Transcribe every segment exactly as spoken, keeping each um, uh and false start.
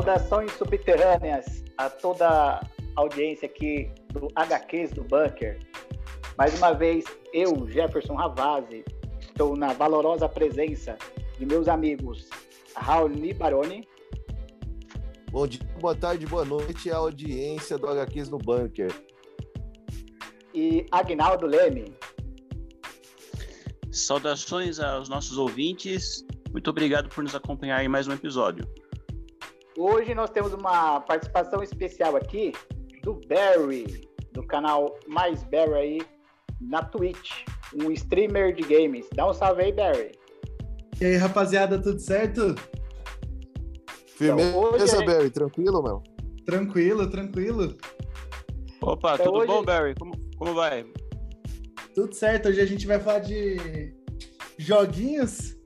Saudações subterrâneas a toda a audiência aqui do H Qs do Bunker. Mais uma vez, eu, Jefferson Ravazzi, estou na valorosa presença de meus amigos Raoni Baroni. Bom dia, boa tarde, boa noite à audiência do H Qs no Bunker. E Agnaldo Leme. Saudações aos nossos ouvintes. Muito obrigado por nos acompanhar em mais um episódio. Hoje nós temos uma participação especial aqui do Barry, do canal Mais Barry aí na Twitch, um streamer de games. Dá um salve aí, Barry. E aí, rapaziada, tudo certo? Firmeza, então, hoje gente... Barry, tranquilo, meu? Tranquilo, tranquilo. Opa, então, tudo hoje... bom, Barry? Como, como vai? Tudo certo, hoje a gente vai falar de joguinhos.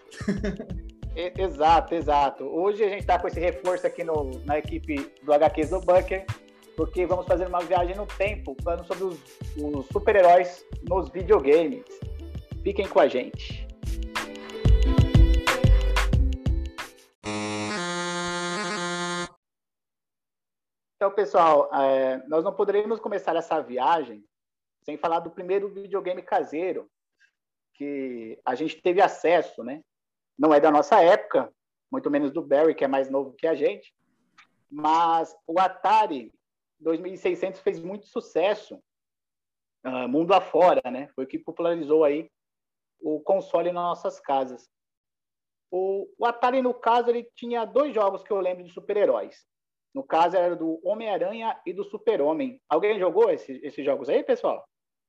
Exato, exato. Hoje a gente está com esse reforço aqui no, na equipe do H Qs do Bunker, porque vamos fazer uma viagem no tempo, falando sobre os, os super-heróis nos videogames. Fiquem com a gente. Então, pessoal, é, nós não poderíamos começar essa viagem sem falar do primeiro videogame caseiro que a gente teve acesso, né? Não é da nossa época, muito menos do Barry, que é mais novo que a gente, mas o Atari dois mil e seiscentos fez muito sucesso uh, mundo afora, né? Foi o que popularizou aí o console nas nossas casas. O, o Atari, no caso, ele tinha dois jogos que eu lembro de super-heróis. No caso, era do Homem-Aranha e do Super-Homem. Alguém jogou esse, esses jogos aí, pessoal?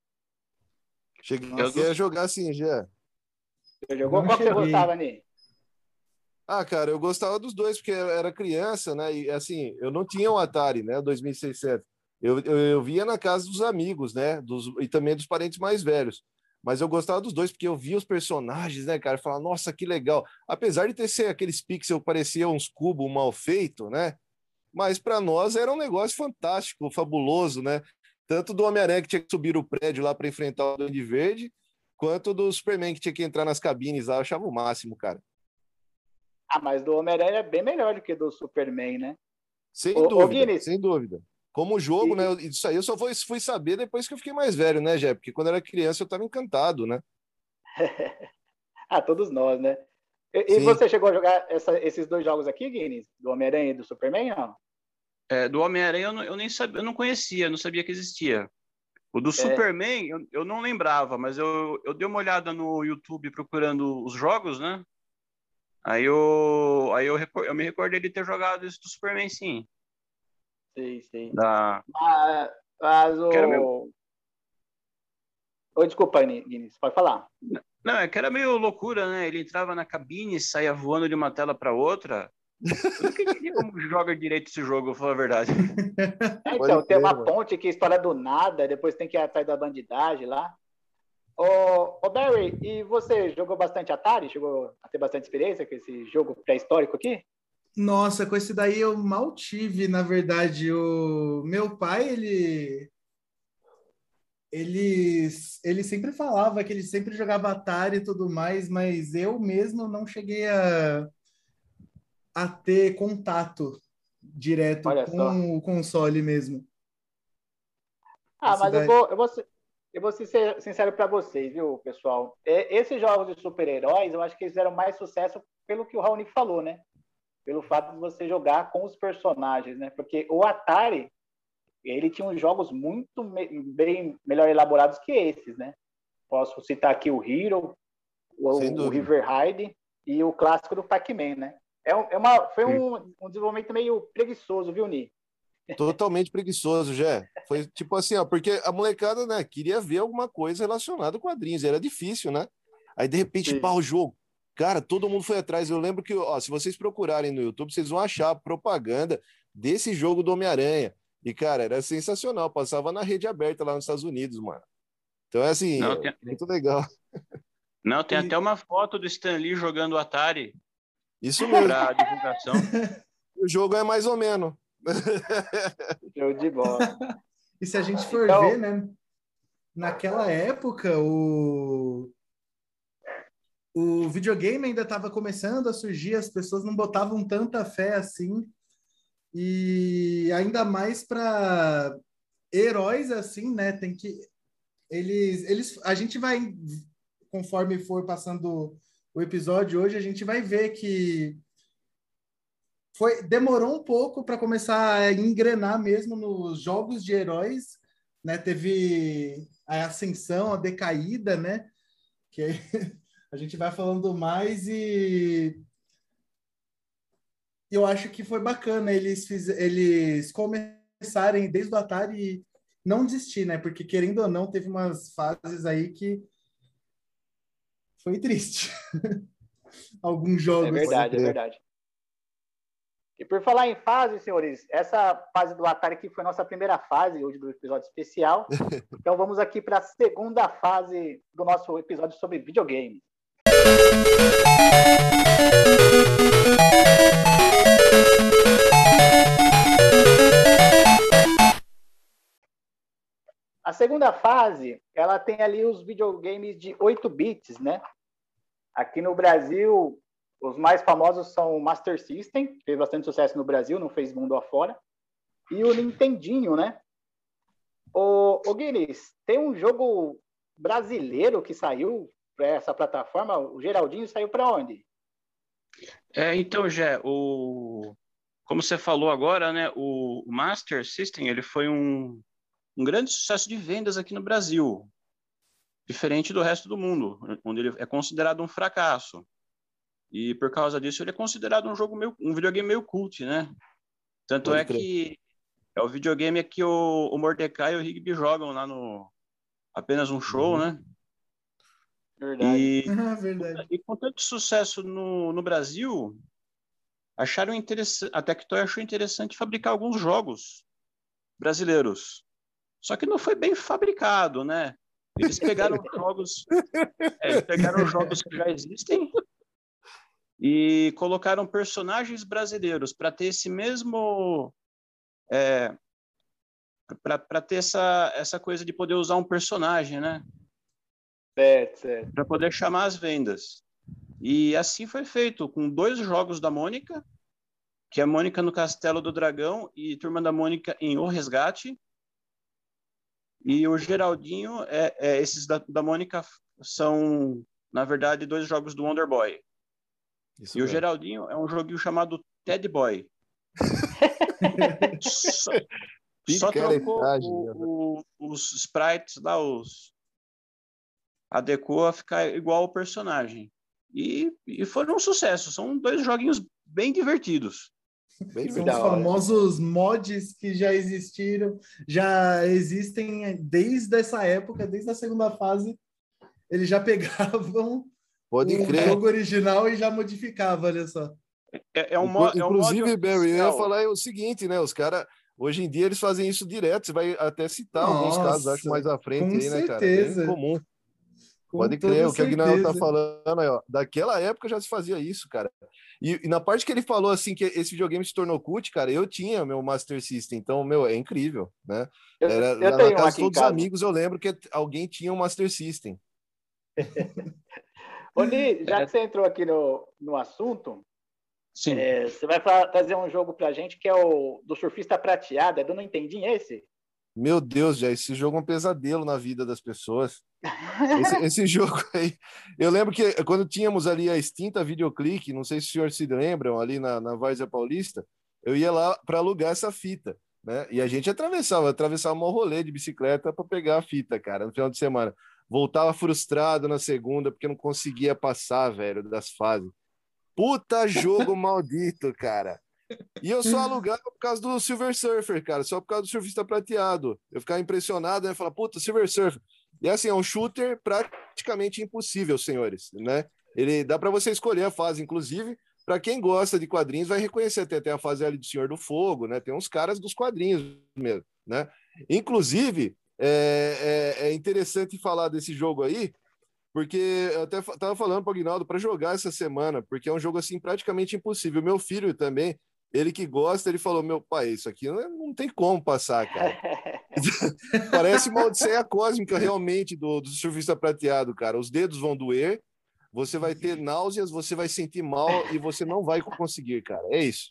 Cheguei eu... a jogar sim, já. Você jogou? Não Qual que você gostava, Ney? Ah, cara, eu gostava dos dois, porque eu era criança, né? E assim, eu não tinha um Atari, né? dois mil e seiscentos. Eu, eu, eu via na casa dos amigos, né? Dos, e também dos parentes mais velhos. Mas eu gostava dos dois, porque eu via os personagens, né, cara? Eu falava, nossa, que legal. Apesar de ter ser aqueles pixels que pareciam uns cubos mal feitos, né? Mas para nós era um negócio fantástico, fabuloso, né? Tanto do Homem-Aranha que tinha que subir o prédio lá para enfrentar o Duende Verde, quanto do Superman que tinha que entrar nas cabines lá, eu achava o máximo, cara. Ah, mas do Homem-Aranha é bem melhor do que do Superman, né? Sem ô, dúvida, ô, sem dúvida. Como jogo, e... né? Isso aí eu só fui, fui saber depois que eu fiquei mais velho, né, Jé? Porque quando eu era criança eu tava encantado, né? Ah, todos nós, né? E, e você chegou a jogar essa, esses dois jogos aqui, Guinness? Do Homem-Aranha e do Superman, não? É, do Homem-Aranha eu, não, eu nem sabia, eu não conhecia, não sabia que existia. O do é. Superman eu, eu não lembrava, mas eu, eu dei uma olhada no YouTube procurando os jogos, né? Aí eu, aí eu, eu me recordei de ter jogado esse do Superman, sim. Sim, sim. Da... Mas, mas o... Meu... Oi, desculpa, Guinness, pode falar. Não, é que era meio loucura, né? Ele entrava na cabine e saía voando de uma tela para outra. Eu nunca entendi como joga direito esse jogo, vou falar a verdade. É, então, tem uma ponte que estoura do nada, depois tem que ir atrás da bandidagem lá. Ô, ô Barry, e você jogou bastante Atari? Chegou a ter bastante experiência com esse jogo pré-histórico aqui? Nossa, com esse daí eu mal tive, na verdade. O meu pai, ele... Ele, ele sempre falava que ele sempre jogava Atari e tudo mais, mas eu mesmo não cheguei a, a ter contato direto Olha com só. o console mesmo. Ah, Esse mas daí... eu vou, eu vou ser, eu vou ser sincero para vocês, viu, pessoal? É, esses jogos de super-heróis, eu acho que eles fizeram mais sucesso pelo que o Raoni falou, né? Pelo fato de você jogar com os personagens, né? Porque o Atari, ele tinha uns jogos muito me, bem melhor elaborados que esses, né? Posso citar aqui o Hero, o, o River Raid e o clássico do Pac-Man, né? É, é uma, foi um, um desenvolvimento meio preguiçoso, viu, Ni? Totalmente preguiçoso, Jé. Foi tipo assim, ó, porque a molecada, né, queria ver alguma coisa relacionada com quadrinhos, era difícil, né? Aí, de repente, pá, o jogo. Cara, todo mundo foi atrás. Eu lembro que, ó, se vocês procurarem no YouTube, vocês vão achar propaganda desse jogo do Homem-Aranha. E, cara, era sensacional. Passava na rede aberta lá nos Estados Unidos, mano. Então, é assim, Não, é tem... muito legal. Não, tem e... até uma foto do Stan Lee jogando Atari. Isso mesmo. Pra divulgação. O jogo é mais ou menos. Show de bola. E se a gente for então... ver, né? Naquela época, o... o videogame ainda estava começando a surgir, as pessoas não botavam tanta fé assim E ainda mais para heróis assim, né? Tem que eles eles a gente vai, conforme for passando o episódio hoje, a gente vai ver que foi demorou um pouco para começar a engrenar mesmo nos jogos de heróis, né? Teve a ascensão, a decaída, né? Que aí a gente vai falando mais e eu acho que foi bacana eles fiz, eles começarem desde o Atari e não desistir, né? Porque querendo ou não, teve umas fases aí que foi triste. Alguns jogos. É verdade, é verdade. E por falar em fase, senhores, essa fase do Atari aqui foi a nossa primeira fase hoje do episódio especial. Então vamos aqui para a segunda fase do nosso episódio sobre videogame. A segunda fase, ela tem ali os videogames de oito bits, né? Aqui no Brasil, os mais famosos são o Master System, que fez bastante sucesso no Brasil, não fez mundo afora, e o Nintendinho, né? Ô, ô Guinness, tem um jogo brasileiro que saiu para essa plataforma, o Geraldinho saiu para onde? É, então, Gé, o... como você falou agora, né, o Master System, ele foi um, um grande sucesso de vendas aqui no Brasil, diferente do resto do mundo, onde ele é considerado um fracasso. E por causa disso ele é considerado um jogo meio, um videogame meio cult, né? Tanto Pode é crer. que é o videogame que o, o Mordecai e o Rigby jogam lá no Apenas um Show, uhum. né? Verdade. E, Verdade. e com tanto sucesso no, no Brasil, acharam interessante, a Tectoy achou interessante fabricar alguns jogos brasileiros. Só que não foi bem fabricado, né? Eles pegaram jogos, é, eles pegaram jogos que já existem e colocaram personagens brasileiros para ter esse mesmo, é, para ter essa essa coisa de poder usar um personagem, né? Certo, certo. Para poder chamar as vendas. E assim foi feito com dois jogos da Mônica, que é Mônica no Castelo do Dragão e Turma da Mônica em O Resgate. E o Geraldinho, é, é, esses da, da Mônica são, na verdade, dois jogos do Wonder Boy. Isso e é. O Geraldinho é um joguinho chamado Ted Boy. só só trocou o, o, os sprites lá, os adequou a ficar igual ao personagem. E, e foram um sucesso. São dois joguinhos bem divertidos. Bem São os famosos mods que já existiram, já existem desde essa época, desde a segunda fase. Eles já pegavam Pode o crer. jogo original e já modificavam, olha só. É, é um mo- Inclusive, é um Barry, eu ia falar o seguinte, né? Os caras, hoje em dia, eles fazem isso direto. Você vai até citar Nossa, alguns casos, acho, mais à frente aí, né, cara? É bem comum. Com Pode crer, o que a Guinaldo tá certeza. falando aí, ó. Daquela época já se fazia isso, cara. E, e na parte que ele falou, assim, que esse videogame se tornou cult, cara, eu tinha meu Master System, então, meu, é incrível, né? Eu, Era, eu na tenho casa de de todos os casa. amigos, eu lembro que alguém tinha um Master System. Ô, Ni, já que você entrou aqui no, no assunto, Sim. É, você vai falar, trazer um jogo pra gente que é o do Surfista Prateado, é do Nintendinho esse? Meu Deus, já, esse jogo é um pesadelo na vida das pessoas. Esse, esse jogo aí, eu lembro que quando tínhamos ali a extinta Videoclique, não sei se os senhores se lembram, ali na, na Várzea Paulista, eu ia lá para alugar essa fita, né? E a gente atravessava, atravessava um rolê de bicicleta para pegar a fita, cara, no final de semana. Voltava frustrado na segunda, porque não conseguia passar, velho, das fases. Puta jogo maldito, cara. E eu só alugava por causa do Silver Surfer, cara, só por causa do Surfista Prateado. Eu ficava impressionado, né? Falar, puta, Silver Surfer. E assim, é um shooter praticamente impossível, senhores, né? Ele dá para você escolher a fase, inclusive, para quem gosta de quadrinhos, vai reconhecer até, tem a fase ali do Senhor do Fogo, né? Tem uns caras dos quadrinhos mesmo, né? Inclusive, é, é, é interessante falar desse jogo aí, porque eu até tava falando para o Aguinaldo para jogar essa semana, porque é um jogo assim praticamente impossível. Meu filho também, ele que gosta, ele falou: meu pai, isso aqui não, não tem como passar, cara. Parece uma odisseia cósmica realmente do, do Surfista Prateado, cara. Os dedos vão doer, você vai ter náuseas, você vai sentir mal e você não vai conseguir, cara. É isso.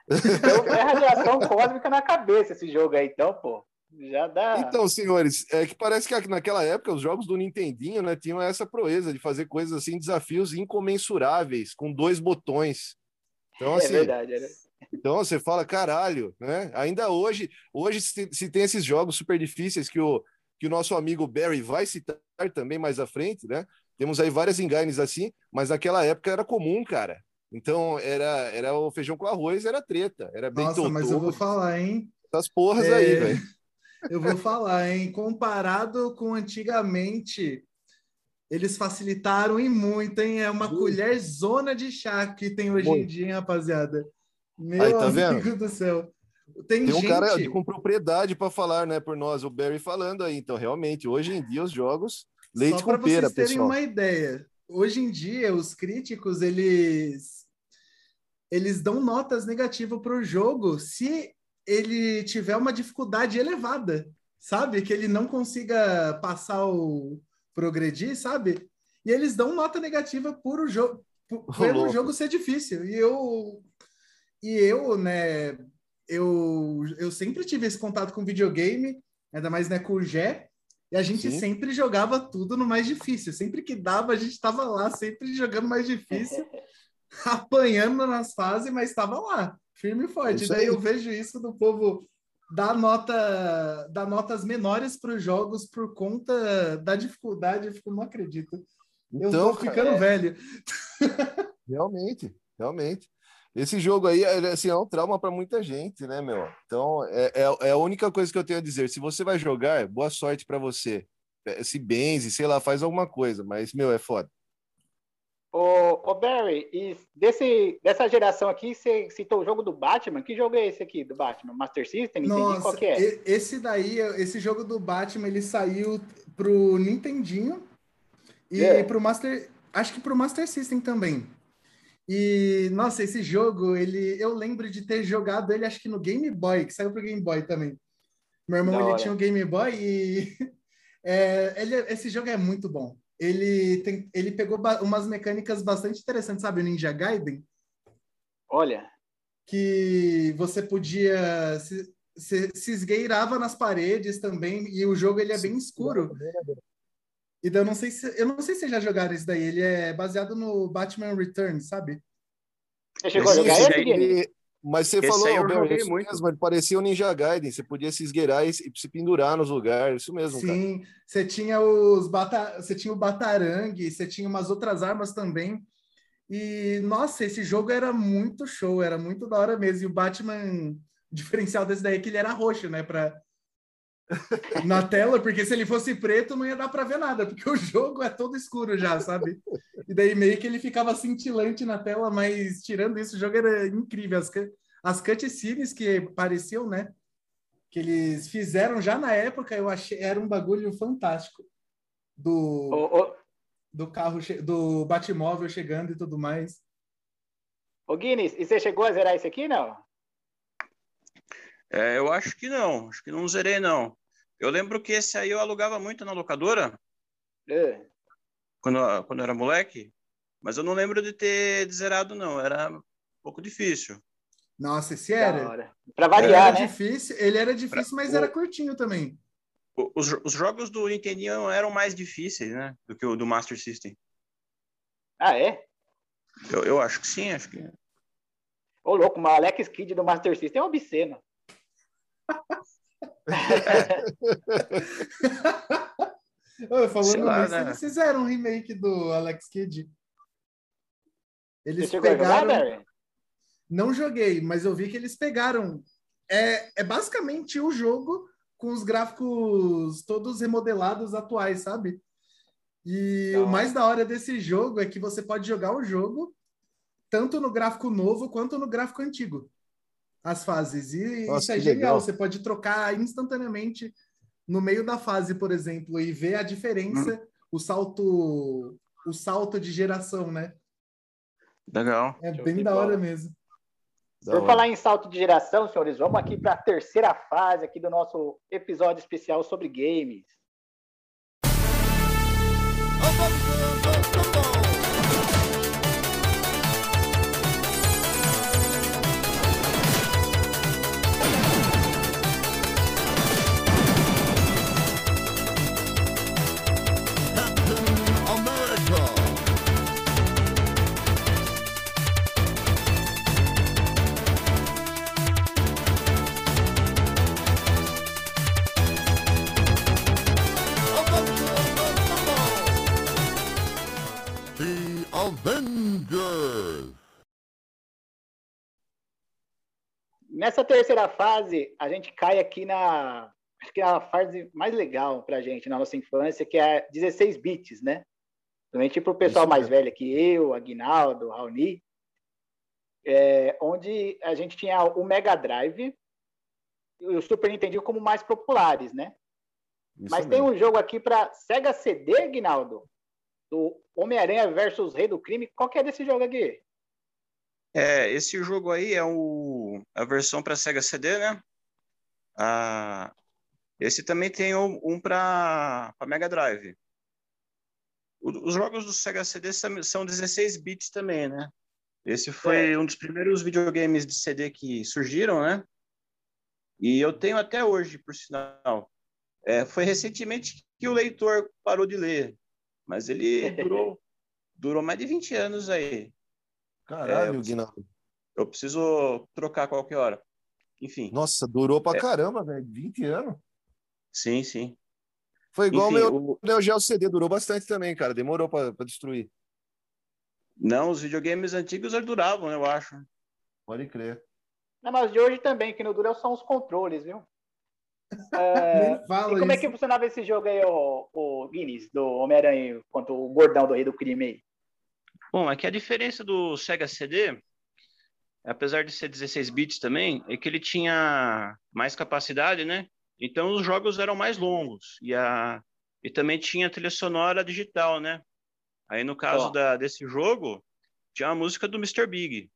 Então é radiação cósmica na cabeça esse jogo aí, então, pô. Já dá. Então, senhores, é que parece que naquela época os jogos do Nintendinho, né, tinham essa proeza de fazer coisas assim, desafios incomensuráveis, com dois botões. Então, assim, é verdade, era. Então você fala, caralho, né? Ainda hoje, hoje se, se tem esses jogos super difíceis que o, que o nosso amigo Barry vai citar também mais à frente, né? Temos aí várias enganes assim, mas naquela época era comum, cara. Então era, era o feijão com arroz, era treta, era bem Nossa, mas eu vou falar, hein? Essas porras É... aí, velho. Eu vou falar, hein? Comparado com antigamente, eles facilitaram em muito, hein? É uma Muito. colher zona de chá que tem hoje muito. em dia, hein, rapaziada. Meu aí, tá amigo vendo? do céu. Tem, tem um gente... cara com propriedade para falar, né, por nós, o Barry falando aí. Então, realmente, hoje em dia os jogos leite Só para com pera, vocês terem pessoal. uma ideia, hoje em dia os críticos eles eles dão notas negativas para o jogo se ele tiver uma dificuldade elevada, sabe? Que ele não consiga passar o progredir, sabe? E eles dão nota negativa por o jogo, pelo jogo ser difícil. E eu, e eu, né? Eu, eu sempre tive esse contato com videogame, ainda mais né, com o Gé, e a gente Sim. sempre jogava tudo no mais difícil. Sempre que dava, a gente estava lá, sempre jogando mais difícil, apanhando nas fases, mas estava lá, firme e forte. Daí eu vejo isso do povo dar nota, dar notas menores para os jogos por conta da dificuldade. Eu fico, não acredito. Eu então, tô ficando cara, é... velho. Realmente, realmente. Esse jogo aí assim, é um trauma para muita gente, né, meu? Então, é, é, é a única coisa que eu tenho a dizer. Se você vai jogar, boa sorte para você. Se benze, sei lá, faz alguma coisa, mas, meu, é foda. Ô, ô Barry, e desse, dessa geração aqui, você citou o jogo do Batman. Que jogo é esse aqui do Batman? Master System? Não entendi qual que é. Esse daí, esse jogo do Batman, ele saiu pro Nintendinho e é. pro Master... Acho que pro Master System também. E, nossa, esse jogo, ele, eu lembro de ter jogado ele, acho que no Game Boy, que saiu pro Game Boy também. Meu irmão, ele tinha o Game Boy e é, ele, esse jogo é muito bom. Ele, tem, ele pegou umas mecânicas bastante interessantes, sabe? O Ninja Gaiden. Olha. Que você podia... Se, se, se esgueirava nas paredes também, e o jogo ele é bem escuro. E eu não sei se eu não sei se vocês já jogaram isso daí. Ele é baseado no Batman Returns, sabe? Você chegou a jogar esse, ele... Mas você esse falou, aí eu Barry, joguei isso muito. mesmo, ele parecia o Ninja Gaiden. Você podia se esgueirar e se pendurar nos lugares. Isso mesmo, Sim, cara. você tinha os bata... você tinha o Batarangue, você tinha umas outras armas também. E, nossa, esse jogo era muito show, era muito da hora mesmo. E o Batman, o diferencial desse daí é que ele era roxo, né? Pra... na tela, porque se ele fosse preto não ia dar para ver nada, porque o jogo é todo escuro já, sabe? E daí meio que ele ficava cintilante na tela, mas tirando isso, o jogo era incrível. As, as cutscenes que pareciam, né? Que eles fizeram já na época, eu achei, era um bagulho fantástico. Do, ô, ô, do carro, do Batmóvel chegando e tudo mais. Ô Guinness, e você chegou a zerar isso aqui, não? É, eu acho que não, acho que não zerei, não. Eu lembro que esse aí eu alugava muito na locadora, é. quando, quando eu era moleque, mas eu não lembro de ter zerado, não, era um pouco difícil. Nossa, esse era. Para variar, era né? Difícil, ele era difícil, pra, mas o, era curtinho também. Os, os jogos do Nintendo eram mais difíceis, né, do que o do Master System. Ah, é? Eu, eu acho que sim, acho que... Ô, louco, o Alex Kidd do Master System é obsceno. Ô, falando lá, nisso, né? eles fizeram um remake do Alex Kidd. Eles Você pegaram... a jogar, Não joguei, mas eu vi que eles pegaram... É, é basicamente o jogo com os gráficos todos remodelados atuais, sabe? E Não. O mais da hora desse jogo é que você pode jogar o jogo tanto no gráfico novo quanto no gráfico antigo. As fases. E Nossa, isso é que genial. legal. Você pode trocar instantaneamente no meio da fase, por exemplo, e ver a diferença, hum. o salto o salto de geração, né? Legal. É bem da hora mesmo. Por falar em salto de geração, senhores, vamos aqui para a terceira fase aqui do nosso episódio especial sobre games. Nessa terceira fase, a gente cai aqui na, acho que é a fase mais legal pra gente, na nossa infância, que é dezesseis bits, né? Principalmente para o pessoal Isso mais mesmo. velho que eu, Aguinaldo, Raoni, é, onde a gente tinha o Mega Drive e o Super Nintendo como mais populares, né? Isso Mas tem mesmo. um jogo aqui para Sega C D, Aguinaldo, do Homem-Aranha versus Rei do Crime. Qual que é desse jogo aqui? É, esse jogo aí é o, a versão para Sega C D, né? Ah, esse também tem um, um para Mega Drive. O- os jogos do Sega C D são, são dezesseis bits também, né? Esse foi É. um dos primeiros videogames de C D que surgiram, né? E eu tenho até hoje, por sinal. É, foi recentemente que o leitor parou de ler, mas ele durou, durou mais de vinte anos aí. É, eu, Caralho, preciso, Guinaldo. eu preciso trocar a qualquer hora. Enfim, Nossa, durou pra é, caramba, velho. vinte anos. sim, sim. Foi igual o Enfim, meu o, Neo Geo C D, durou bastante também, cara. Demorou pra, pra destruir. não, os videogames antigos duravam, eu acho. Pode crer. Não, mas de hoje também, que no dura são os controles, viu? Nem E fala como é que isso. funcionava esse jogo aí, o, o Guinness, do Homem-Aranha contra o gordão do Rei do Crime aí? Bom, aqui a diferença do Sega C D, apesar de ser dezesseis bits também, é que ele tinha mais capacidade, né? Então os jogos eram mais longos e, a, e também tinha trilha sonora digital, né? Aí no caso Ó, da, desse jogo, tinha a música do mister Big.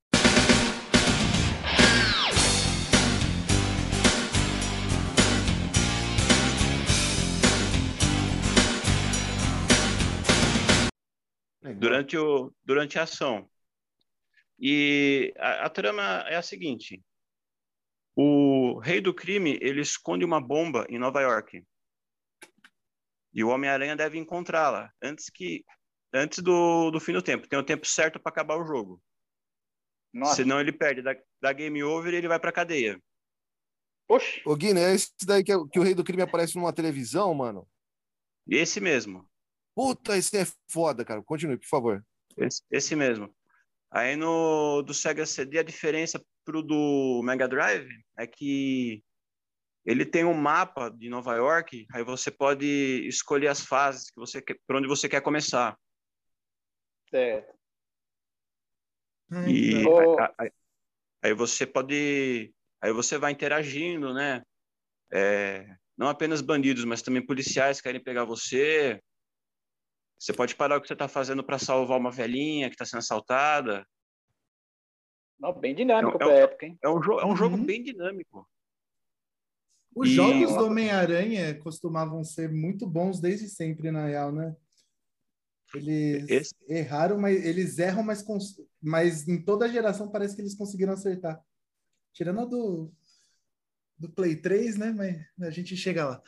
Legal. durante, o, durante a ação. E a, a trama é a seguinte: o rei do crime ele esconde uma bomba em Nova York e o Homem-Aranha deve encontrá-la antes que antes do, do fim do tempo. Tem o tempo certo para acabar o jogo. nossa. Senão ele perde, dá, dá game over e ele vai para cadeia. Oxe, Ô, Guiné, é esse daí que, é- que o Rei do Crime aparece numa televisão, mano? Esse mesmo, Puta, esse é foda, cara. Continue, por favor. esse, esse mesmo. Aí no do Sega C D a diferença pro do Mega Drive é que ele tem um mapa de Nova York, aí você pode escolher as fases que você quer, por onde você quer começar. certo. Ai, que da E hora. Ô, a- a- aí você pode, aí você vai interagindo, né? É, não apenas bandidos, mas também policiais querem pegar você. Você pode parar o que você está fazendo para salvar uma velhinha que está sendo assaltada. não, bem É, um- dinâmico é, pra um- época, hein? é um, jo- é um jogo Uhum. bem dinâmico. Os E jogos uma, do co- Homem-Aranha costumavam ser muito bons desde sempre, na real, né? Eles esse, erraram, mas eles erram, mas, cons- mas em toda a geração parece que eles conseguiram acertar. Tirando a do, do Play três, né? Mas a gente chega lá.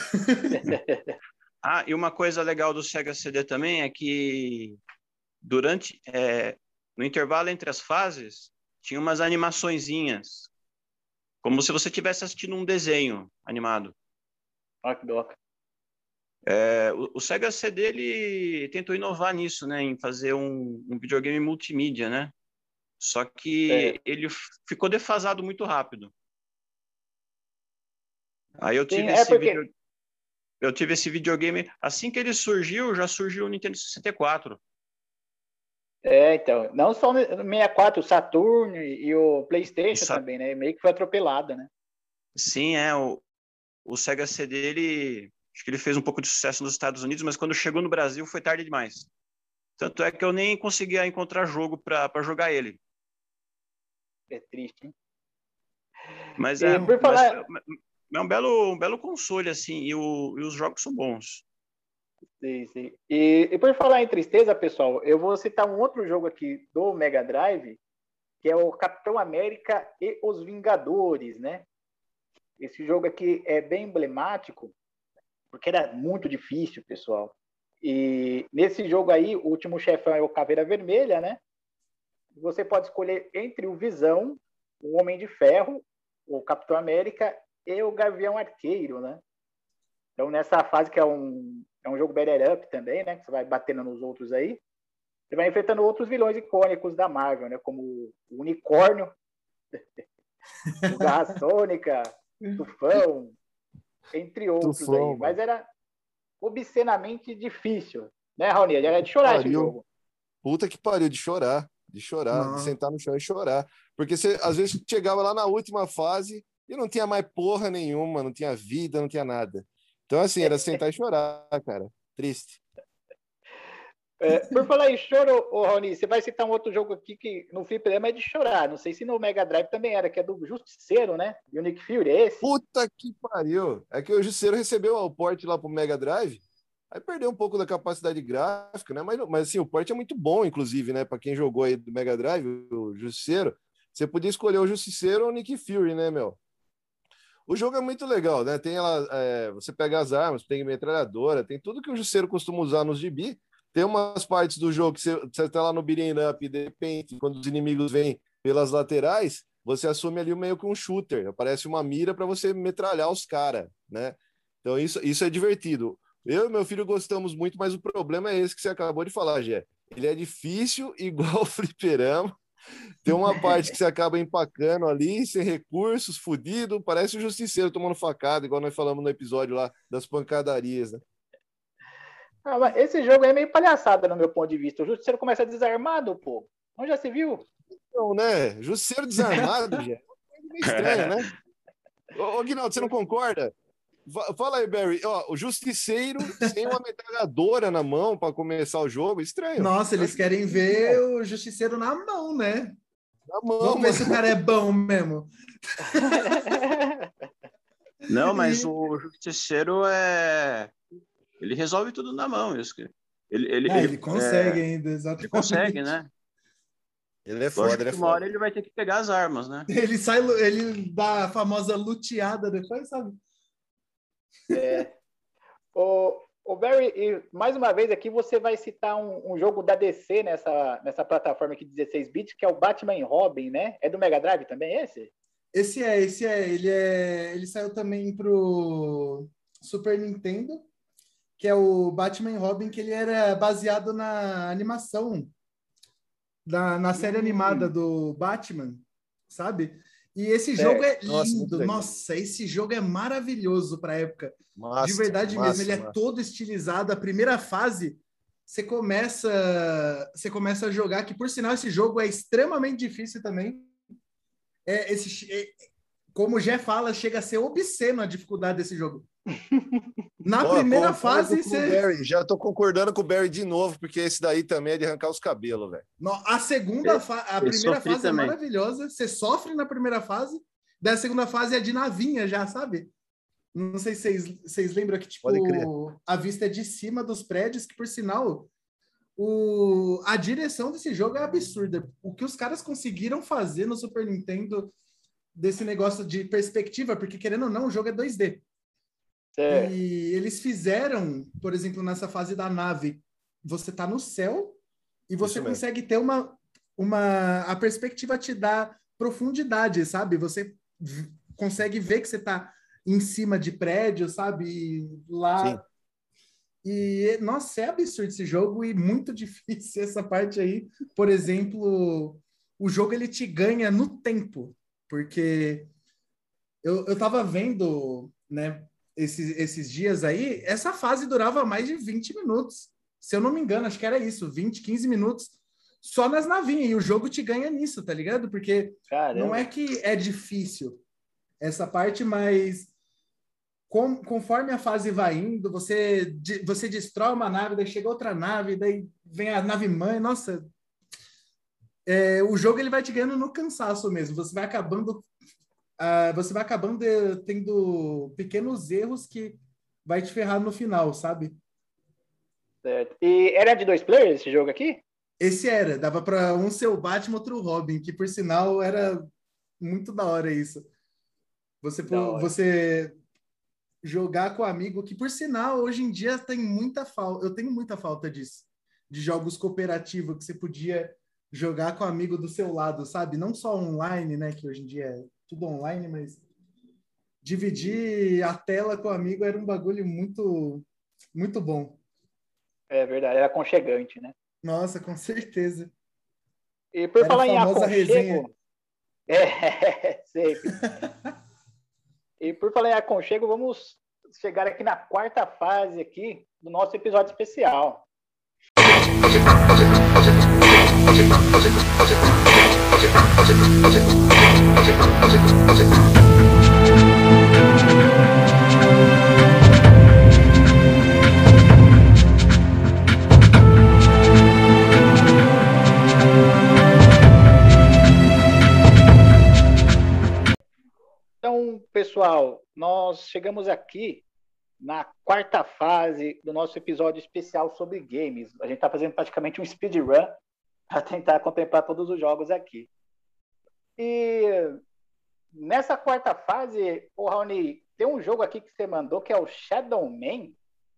ah, e uma coisa legal do Sega C D também é que durante, é, no intervalo entre as fases, tinha umas animaçõezinhas, como se você estivesse assistindo um desenho animado. Olha que doca. É, o, o Sega C D ele tentou inovar nisso, né, em fazer um, um videogame multimídia, né? Só que Certo. ele f- ficou defasado muito rápido. Aí eu Sim, tive é esse porque. vídeo, eu tive esse videogame assim que ele surgiu, já surgiu o Nintendo sessenta e quatro. É, então. Não só no sessenta e quatro, o Saturn e o O PlayStation Sa- também, né? Meio que foi atropelada, né? Sim, é o, o Sega C D ele acho que ele fez um pouco de sucesso nos Estados Unidos, mas quando chegou no Brasil foi tarde demais. Tanto é que eu nem conseguia encontrar jogo para jogar ele. É triste, hein? Mas E é, por mas falar. foi, é um belo, um belo console assim, e, o, e os jogos são bons. Sim, sim. E, e por falar em tristeza, pessoal, eu vou citar um outro jogo aqui do Mega Drive, que é o Capitão América e os Vingadores, né? Esse jogo aqui é bem emblemático, porque era muito difícil, pessoal. E nesse jogo aí, o último chefão é o Caveira Vermelha, né? Você pode escolher entre o Visão, o Homem de Ferro, o Capitão América e o Gavião Arqueiro, né? Então, nessa fase que é um, é um jogo better up também, né? Que você vai batendo nos outros aí. Você vai enfrentando outros vilões icônicos da Marvel, né? Como o Unicórnio, o Garra Sônica, Tufão, entre outros Tufão, aí. Mas era obscenamente difícil, né, Raoni? Era de chorar esse jogo. Puta que pariu, de chorar, de chorar, Não. de sentar no chão e chorar. Porque você, às vezes, chegava lá na última fase e não tinha mais porra nenhuma, não tinha vida, não tinha nada. Então, assim, era sentar e chorar, cara. Triste. É, por falar em choro, ô, Raoni, você vai citar um outro jogo aqui que no fliperama é de chorar. Não sei se no Mega Drive também era, que é do Justiceiro, né? E o Nick Fury, é esse? Puta que pariu! É que o Justiceiro recebeu o port lá pro Mega Drive, aí perdeu um pouco da capacidade gráfica, né? Mas, mas assim, o port é muito bom, inclusive, né? Pra quem jogou aí do Mega Drive, o Justiceiro, você podia escolher o Justiceiro ou o Nick Fury, né, meu? O jogo é muito legal, né? Tem ela, é, você pega as armas, tem metralhadora, tem tudo que o Justiceiro costuma usar nos gibi. Tem umas partes do jogo que você, você tá lá no beat'em up e de repente, quando os inimigos vêm pelas laterais, você assume ali meio que um shooter, aparece uma mira para você metralhar os caras, né? Então isso, isso é divertido. Eu e meu filho gostamos muito, mas o problema é esse que você acabou de falar, Gé. Ele é difícil, igual o fliperama. Tem uma parte que você acaba empacando ali, sem recursos, fudido, parece o Justiceiro tomando facada, igual nós falamos no episódio lá das pancadarias, né? Ah, mas esse jogo é meio palhaçada no meu ponto de vista. O Justiceiro começa desarmado, pô. Onde já se viu? Não, né? Justiceiro desarmado, Gé. É meio estranho, né? Ô, ô Guinaldo, você não concorda? Fala aí, Barry. Ó, o Justiceiro sem uma metralhadora na mão para começar o jogo, estranho. Nossa, eles querem ver o Justiceiro na mão, né? Na mão, Vamos ver mano. se o cara é bom mesmo. Não, mas o Justiceiro é... Ele resolve tudo na mão, isso que... Ele, ele, Ah, ele, ele consegue é... ainda, exatamente. Ele consegue, né? Ele é Lógico foda, ele é que uma foda. hora ele vai ter que pegar as armas, né? Ele sai, ele dá a famosa luteada depois, sabe? É. O, o Barry, e mais uma vez aqui você vai citar um, um jogo da D C nessa, nessa plataforma aqui dezesseis bits, que é o Batman e Robin, né? É do Mega Drive também esse? Esse é, esse é. Ele é. Ele saiu também pro Super Nintendo, que é o Batman e Robin, que ele era baseado na animação, da, na série Hum. animada do Batman, sabe? E esse Certo. jogo é Nossa, muito lindo. legal. Nossa, esse jogo é maravilhoso para a época. Massa, De verdade massa, mesmo, ele é massa. todo estilizado. A primeira fase, você começa, você começa a jogar, que por sinal esse jogo é extremamente difícil também. É, esse, é, como o Gé fala, chega a ser obsceno a dificuldade desse jogo. Na Ó, primeira concordo fase, com o você... Barry. Já tô concordando com o Barry de novo, porque esse daí também é de arrancar os cabelos, velho. No- A segunda, fa... a eu primeira sofri fase é também. maravilhosa. Você sofre na primeira fase, da segunda fase é de navinha já, sabe? Não sei se vocês, vocês lembram que, Pode crer. tipo, a vista é de cima dos prédios, que, por sinal, o... a direção desse jogo é absurda. O que os caras conseguiram fazer no Super Nintendo desse negócio de perspectiva, porque, querendo ou não, o jogo é dois D. Certo. E eles fizeram, por exemplo, nessa fase da nave, você tá no céu e você Isso mesmo. consegue ter uma, uma... A perspectiva te dá profundidade, sabe? Você v- consegue ver que você tá em cima de prédio, sabe? E lá... Sim. E, nossa, é absurdo esse jogo e muito difícil essa parte aí. Por exemplo, o jogo ele te ganha no tempo, porque eu, eu tava vendo, né, esses, esses dias aí, essa fase durava mais de vinte minutos. Se eu não me engano, acho que era isso, vinte, quinze minutos só nas navinhas. E o jogo te ganha nisso, tá ligado? Porque Caramba. não é que é difícil essa parte, mas com, conforme a fase vai indo, você, de- você destrói uma nave, daí chega outra nave, daí vem a nave mãe. Nossa, é, o jogo ele vai te ganhando no cansaço mesmo. Você vai acabando, ah, você vai acabando eh, tendo pequenos erros que vai te ferrar no final, sabe? Certo. E era de dois players esse jogo aqui? Esse era, dava para um ser o Batman, outro o Robin, que por sinal era muito da hora isso. Você, Da pô- hora. você jogar com amigo, que por sinal hoje em dia tem muita falta, eu tenho muita falta disso, de jogos cooperativos que você podia jogar com o amigo do seu lado, sabe? Não só online, né, que hoje em dia é tudo online, mas dividir a tela com o amigo era um bagulho muito, muito bom. É verdade, era aconchegante, né? Nossa, com certeza. E por Era a falar em famosa aconchego, resenha. É, sempre. E por falar em aconchego, vamos chegar aqui na quarta fase aqui do nosso episódio especial. Então, pessoal, nós chegamos aqui na quarta fase do nosso episódio especial sobre games. A gente está fazendo praticamente um speedrun para tentar contemplar todos os jogos aqui. E nessa quarta fase, ô Raoni, tem um jogo aqui que você mandou que é o Shadow Man.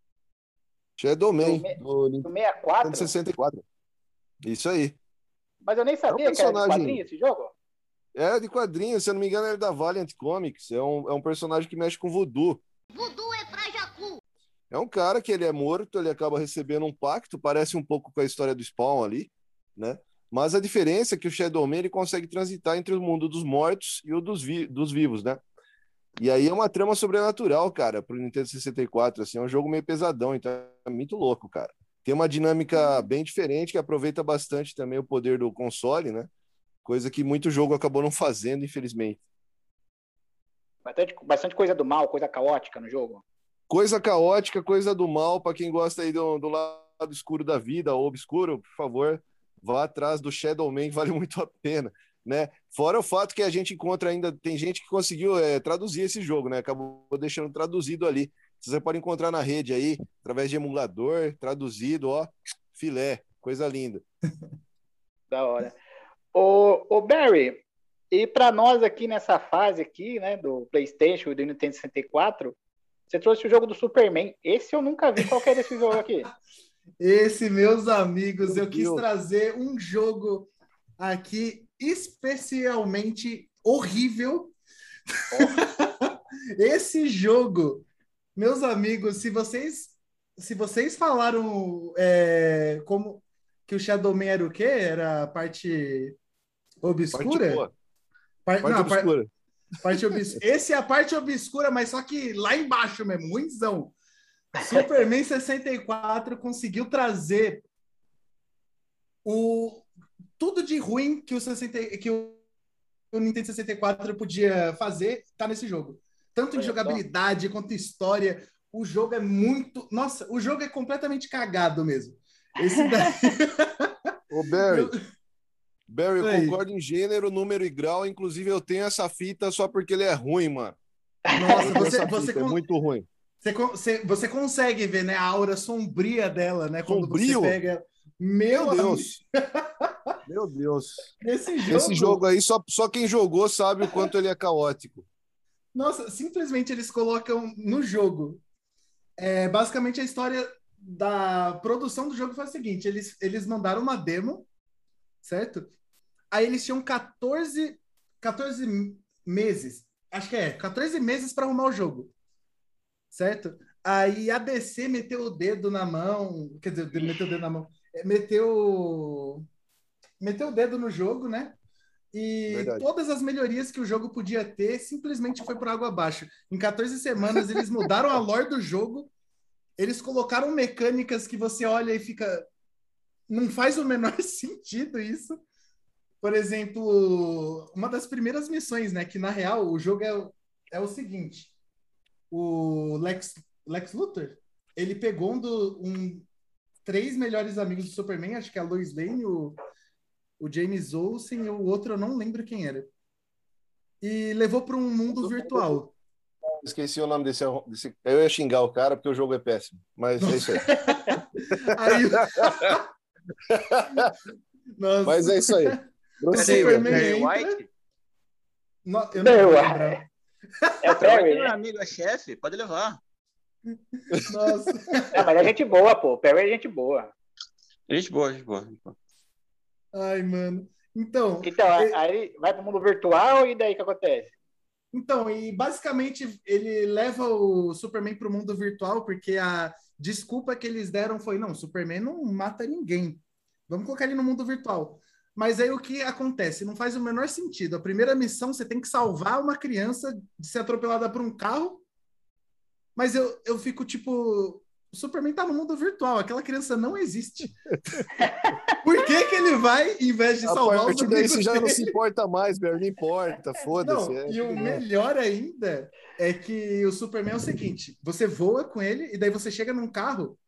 Shadow Man, do, do sessenta e quatro. sessenta e quatro. Isso aí. Mas eu nem sabia é um personagem... que era de quadrinho esse jogo. É de quadrinhos, se eu não me engano, é da Valiant Comics. É um, é um personagem que mexe com voodoo. Voodoo é pra Jacu. É um cara que ele é morto, ele acaba recebendo um pacto, parece um pouco com a história do Spawn ali, né? Mas a diferença é que o Shadow Man ele consegue transitar entre o mundo dos mortos e o dos, vi dos vivos, né? E aí é uma trama sobrenatural, cara, pro Nintendo sessenta e quatro, assim, é um jogo meio pesadão, então é muito louco, cara. Tem uma dinâmica bem diferente que aproveita bastante também o poder do console, né? Coisa que muito jogo acabou não fazendo, infelizmente. Bastante, bastante coisa do mal, coisa caótica no jogo. Coisa caótica, coisa do mal, para quem gosta aí do, do lado escuro da vida, ou obscuro, por favor, vá atrás do Shadow Man, vale muito a pena, né? Fora o fato que a gente encontra ainda, tem gente que conseguiu é, traduzir esse jogo, né? Acabou deixando traduzido ali. Você pode encontrar na rede aí, através de emulador, traduzido, ó, filé, coisa linda. Da hora. Ô, ô Barry, e para nós aqui nessa fase aqui, né, do PlayStation e do Nintendo sessenta e quatro, você trouxe o jogo do Superman. Esse eu nunca vi. Qual que é desse jogo aqui? Esse, meus amigos, Meu eu quis Deus. trazer um jogo aqui especialmente horrível. Oh. Esse jogo, meus amigos, se vocês se vocês falaram é, como que o Shadow Man era o quê? Era a parte obscura? Parte boa. Par... Parte Não, obscura. Par... Parte obs... Esse é a parte obscura, mas só que lá embaixo mesmo, ruimzão. Superman sessenta e quatro conseguiu trazer o... tudo de ruim que o, sessenta... que o... o Nintendo sessenta e quatro podia fazer, tá nesse jogo. Tanto em jogabilidade quanto história. O jogo é muito... Nossa, o jogo é completamente cagado mesmo. Esse daí... Ô, Barry, Eu... Barry, eu Oi. concordo em gênero, número e grau. Inclusive, eu tenho essa fita só porque ele é ruim, mano. Nossa, você, Essa você, fita é muito ruim. Você, você, você consegue ver, né, a aura sombria dela, né? Quando Sombrio? você pega... Meu, Meu Deus. Meu Deus. Esse jogo... Esse jogo aí, só, só quem jogou sabe o quanto ele é caótico. Nossa, simplesmente eles colocam no jogo. É, basicamente, a história da produção do jogo foi a seguinte. Eles, eles mandaram uma demo, certo? Aí eles tinham quatorze, quatorze meses. Acho que é, quatorze meses para arrumar o jogo. Certo? Aí a D C meteu o dedo na mão. Quer dizer, meteu o dedo na mão. Meteu, meteu o dedo no jogo, né? E Verdade. todas as melhorias que o jogo podia ter simplesmente foi por água abaixo. Em quatorze semanas, eles mudaram a lore do jogo. Eles colocaram mecânicas que você olha e fica... Não faz o menor sentido isso. Por exemplo, uma das primeiras missões, né? Que, na real, o jogo é, é o seguinte. O Lex, Lex Luthor, ele pegou um, do, um três melhores amigos do Superman, acho que é a Lois Lane, o, o James Olsen e o outro eu não lembro quem era. E levou para um mundo virtual. Esqueci o nome desse, desse... Eu ia xingar o cara porque o jogo é péssimo. Mas é isso aí. aí... Nossa. Mas é isso aí. O Superman Barry entra... White? No, eu não vou lembrar. É o Perry, Meu né? amigo é chefe, pode levar. Nossa. É, mas é gente boa, pô. O Perry é gente boa. Gente boa, gente boa. Gente boa. Ai, mano. Então... Então, ele... aí vai pro mundo virtual e daí o que acontece? Então, e basicamente ele leva o Superman para o mundo virtual porque a desculpa que eles deram foi, não, Superman não mata ninguém. Vamos colocar ele no mundo virtual. Mas aí o que acontece? Não faz o menor sentido. A primeira missão, você tem que salvar uma criança de ser atropelada por um carro, mas eu, eu fico tipo... O Superman tá no mundo virtual, aquela criança não existe. Por que que ele vai, em vez de salvar a partir os daí amigos você já dele? não se importa mais, velho. Não importa, foda-se. Não, É, e o melhor ainda é que o Superman é o seguinte, você voa com ele e daí você chega num carro,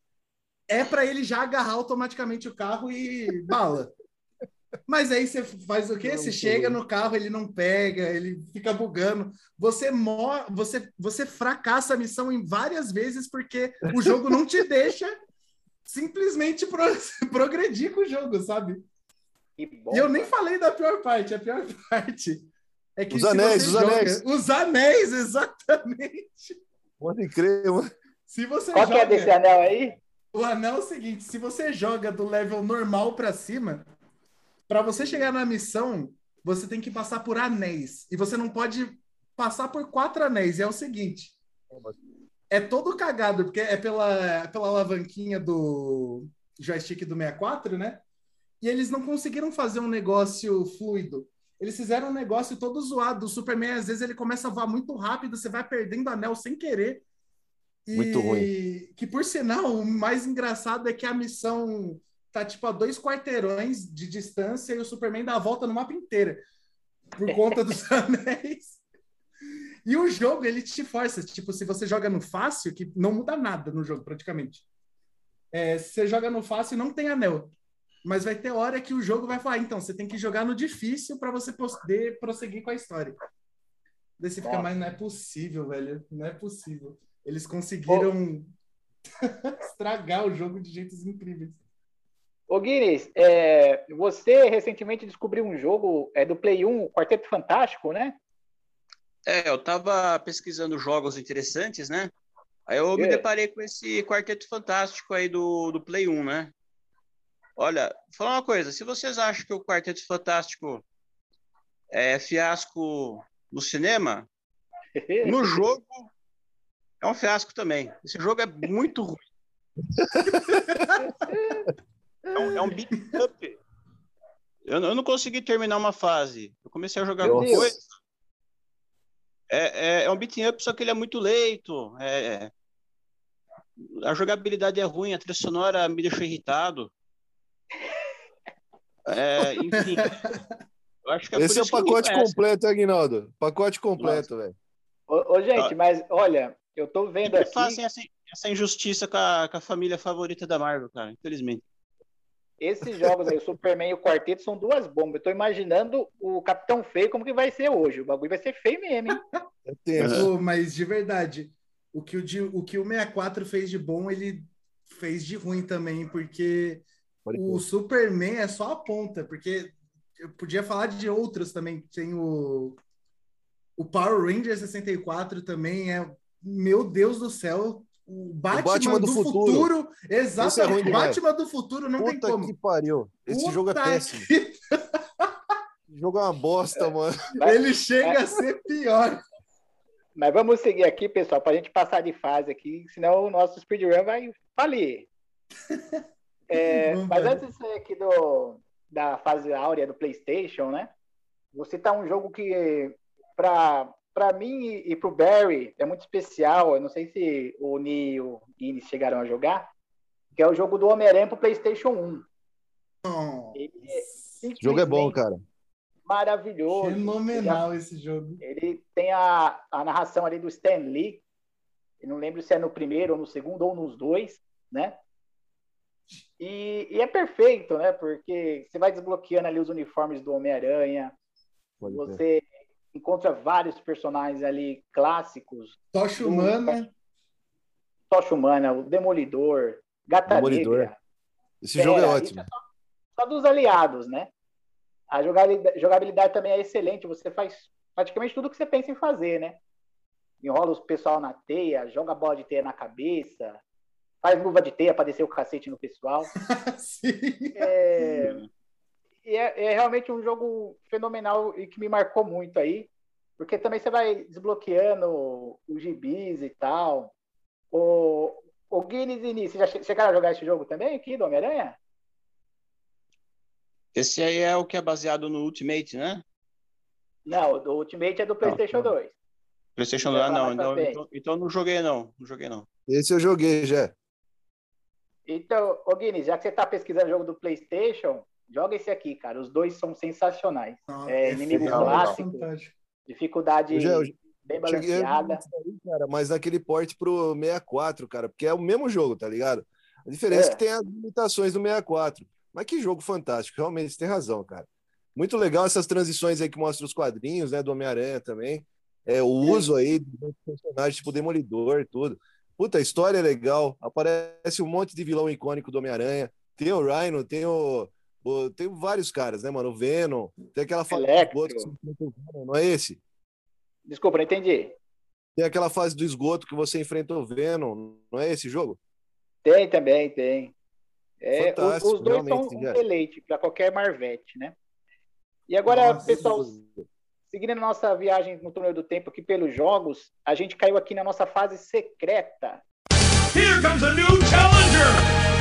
é para ele já agarrar automaticamente o carro e bala. Mas aí você faz o quê? Não, Você tô chega louco. no carro, ele não pega, ele fica bugando. Você, mor você, você fracassa a missão em várias vezes porque o jogo não te deixa simplesmente pro progredir com o jogo, sabe? Que bom, E eu nem cara. falei da pior parte. A pior parte é que Os se anéis, você os joga... anéis. Os anéis, exatamente. Pode crer, mano. Se você Qual que é desse joga... anel aí? O anel é o seguinte, se você joga do level normal para cima, para você chegar na missão, você tem que passar por anéis. E você não pode passar por quatro anéis. E é o seguinte, é todo cagado, porque é pela, pela alavanquinha do joystick do sessenta e quatro, né? E eles não conseguiram fazer um negócio fluido. Eles fizeram um negócio todo zoado. O Superman, às vezes, ele começa a voar muito rápido, você vai perdendo anel sem querer. E Muito ruim. que, por sinal, o mais engraçado é que a missão tá, tipo, a dois quarteirões de distância e o Superman dá a volta no mapa inteiro. Por conta dos anéis. E o jogo, ele te força. Tipo, se você joga no fácil, que não muda nada no jogo, praticamente. É, se você joga no fácil, não tem anel. Mas vai ter hora que o jogo vai falar, então, você tem que jogar no difícil para você poder prosseguir com a história. Daí você fica, Nossa. mas não é possível, velho. Não é possível. Eles conseguiram estragar o jogo de jeitos incríveis. Ô, Guinness, é, você recentemente descobriu um jogo é, do Play um, Quarteto Fantástico, né? É, eu tava pesquisando jogos interessantes, né? Aí eu me É. deparei com esse Quarteto Fantástico aí do, do Play um, né? Olha, vou falar uma coisa, se vocês acham que o Quarteto Fantástico é fiasco no cinema, no jogo é um fiasco também. Esse jogo é muito ruim. É um, é um beat up. Eu, eu não consegui terminar uma fase. Eu comecei a jogar Meu com Deus. coisa. É, é, é um beat up, só que ele é muito lento. É, a jogabilidade é ruim, a trilha sonora me deixou irritado. É, enfim. Eu acho que é Esse por é o isso que ninguém pacote conhece. completo, Aguinaldo. Pacote completo, velho. Ô, ô, gente, mas olha, eu tô vendo Sempre aqui, fazem essa, essa injustiça com a, com a família favorita da Marvel, cara, infelizmente. esses jogos aí, o Superman e o Quarteto, são duas bombas. Eu tô imaginando o Capitão Feio como que vai ser hoje. O bagulho vai ser feio mesmo, hein? É tenso. Pô, mas de verdade, o que o, de- o que o sessenta e quatro fez de bom, ele fez de ruim também, porque Pode o crer. Superman é só a ponta, porque eu podia falar de outros também. Tem o, o Power Ranger sessenta e quatro também, é, meu Deus do céu, o Batman, Batman do, do futuro, Futuro. exato, Esse é ruim demais. Batman do futuro não tem Puta como. que pariu. Esse Puta jogo é péssimo. que- Esse jogo é uma bosta, mano. Mas, Ele chega a ser pior. mas vamos seguir aqui, pessoal, pra gente passar de fase aqui, senão o nosso speedrun vai falir. É, Vamos mas ver. antes de sair aqui do, da fase áurea do PlayStation, né? Vou citar um jogo que, pra, pra mim e, e pro Barry, é muito especial. Eu não sei se o Ni e o Guinness chegaram a jogar, que é o jogo do Homem-Aranha pro PlayStation um. Ele é O jogo é bom, simplesmente cara. maravilhoso. Ele, Fenomenal esse jogo. ele tem a, a narração ali do Stan Lee. Eu não lembro se é no primeiro ou no segundo ou nos dois, né? E, e é perfeito, né? Porque você vai desbloqueando ali os uniformes do Homem-Aranha, Pode crer. você encontra vários personagens ali clássicos. Tocha do Humana. Tocha Humana, o Demolidor, Gata Demolidor. Negra. Esse jogo é Fera, ótimo. isso é só, só dos aliados, né? A jogabilidade, jogabilidade também é excelente. Você faz praticamente tudo que você pensa em fazer, né? Enrola o pessoal na teia, joga bola de teia na cabeça, faz luva de teia para descer o cacete no pessoal. Sim. É, e é, é realmente um jogo fenomenal e que me marcou muito aí, porque também você vai desbloqueando os gibis e tal. O, o Guinness e Nice, vocês já chegaram a jogar esse jogo também aqui, do Homem-Aranha? Esse aí é o que é baseado no Ultimate, né? Não, o Ultimate é do PlayStation não. dois. PlayStation Vai dois, falar não. mais pra Então, frente. então, então não joguei, não. Não joguei, não. Esse eu joguei, já. Então, ô Guinness, já que você está pesquisando o jogo do PlayStation, joga esse aqui, cara. Os dois são sensacionais. Não, É, é inimigo legal, clássico, fantástico. dificuldade Eu já, eu bem cheguei a ver balanceada. isso aí, cara, mas naquele porte pro sessenta e quatro, cara, porque é o mesmo jogo, tá ligado? A diferença é que É. tem as limitações do sessenta e quatro. Mas que jogo fantástico, realmente, você tem razão, cara. Muito legal essas transições aí que mostram os quadrinhos, né, do Homem-Aranha também. É, o uso aí dos personagens, tipo Demolidor, tudo. Puta, a história é legal. Aparece um monte de vilão icônico do Homem-Aranha. Tem o Rhino, tem o, o- tem vários caras, né, mano? O Venom, tem aquela fase do esgoto que você Electro. enfrenta o Venom, não é esse? Desculpa, não entendi. Tem aquela fase do esgoto que você enfrenta o Venom, não é esse jogo? Tem também, tem. É, os, os Fantástico, dois realmente, são um já. deleite para qualquer Marvete, né? E agora, Nossa. pessoal, seguindo a nossa viagem no túnel do tempo aqui pelos jogos, a gente caiu aqui na nossa fase secreta. Here comes a new challenger!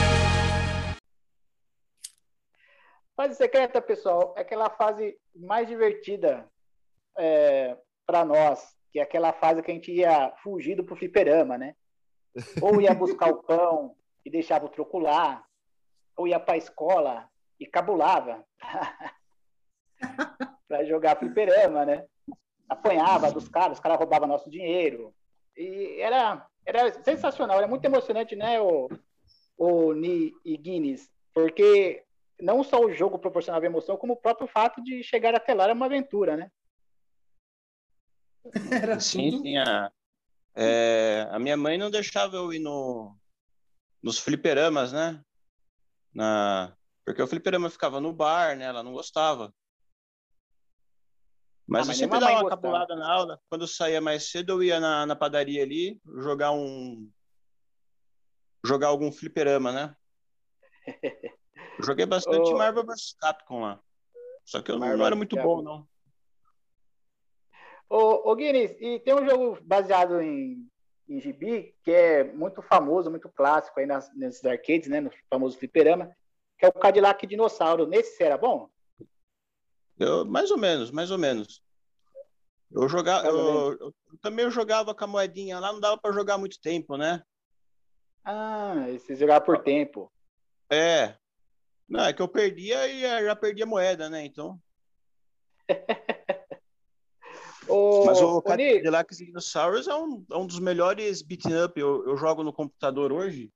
Fase secreta, pessoal, é aquela fase mais divertida é, para nós, que é aquela fase que a gente ia fugido pro fliperama, né? Ou ia buscar o pão e deixava o troco lá, ou ia para a escola e cabulava para jogar fliperama, né? Apanhava dos caras, os caras roubavam nosso dinheiro. E era, era sensacional, era muito emocionante, né, o, o Ni e Guinness, porque não só o jogo proporcionava emoção, como o próprio fato de chegar até lá era uma aventura, né? Era Sim, tudo. sim. A, é, a minha mãe não deixava eu ir no, nos fliperamas, né? Na, porque o fliperama ficava no bar, né? Ela não gostava. Mas Ah, eu mas sempre nenhuma dava mãe uma gostava. cabulada na aula. Quando eu saía mais cedo, eu ia na, na padaria ali jogar um. Jogar algum fliperama, né? Eu joguei bastante Ô, Marvel versus. Capcom lá. Só que eu não, não Marvel era versus. muito bom, não. Ô, ô Guinness, e tem um jogo baseado em, em gibi, que é muito famoso, muito clássico aí nas, nesses arcades, né? No famoso fliperama, que é o Cadillac Dinossauro. Nesse você era bom? Eu, mais ou menos, mais ou menos. Eu jogava, Mais ou menos. eu, eu, eu também jogava com a moedinha lá, não dava para jogar muito tempo, né? Ah, você jogava por tempo. É. Não, é que eu perdia e eh, já perdia moeda, né? Então. Mas Ô, o ô Ni, Cadillac Dinosaurs é um, é um dos melhores beat'em up. Eu, eu jogo no computador hoje.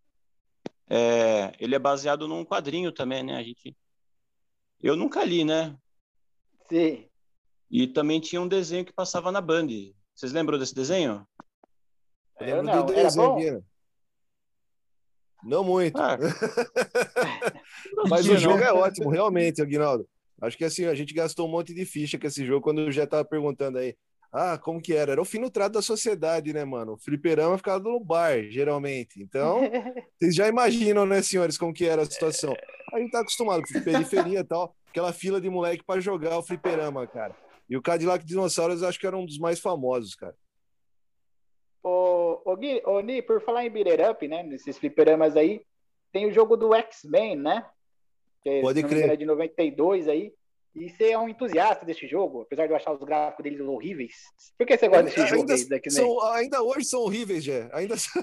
É, ele é baseado num quadrinho também, né? A gente, eu nunca li, né? sim. E também tinha um desenho que passava na Band. Vocês lembram desse desenho? Eu Eu lembro do não. Era desenho bom? aqui, né? Não muito. Ah, Mas o tinha, jogo não. é ótimo, realmente, Aguinaldo. Acho que assim, a gente gastou um monte de ficha com esse jogo quando eu já estava perguntando aí. Ah, como que era? Era o fim no trato da sociedade, né, mano? O fliperama ficava no bar, geralmente. Então, vocês já imaginam, né, senhores, como que era a situação. A gente tá acostumado com periferia e tal, aquela fila de moleque para jogar o fliperama, cara. E o Cadillac Dinossauros acho que era um dos mais famosos, cara. Ô, ô, Gui, ô, Ni, por falar em beat it up, né? Nesses fliperamas aí, tem o jogo do X-Men, né? Que, Pode se não me engano, é crer. de noventa e dois aí. E você é um entusiasta desse jogo, apesar de eu achar os gráficos deles horríveis. Por que você gosta desse jogo Ainda, aí, do X-Men? são, ainda hoje são horríveis, Jé. Ainda são...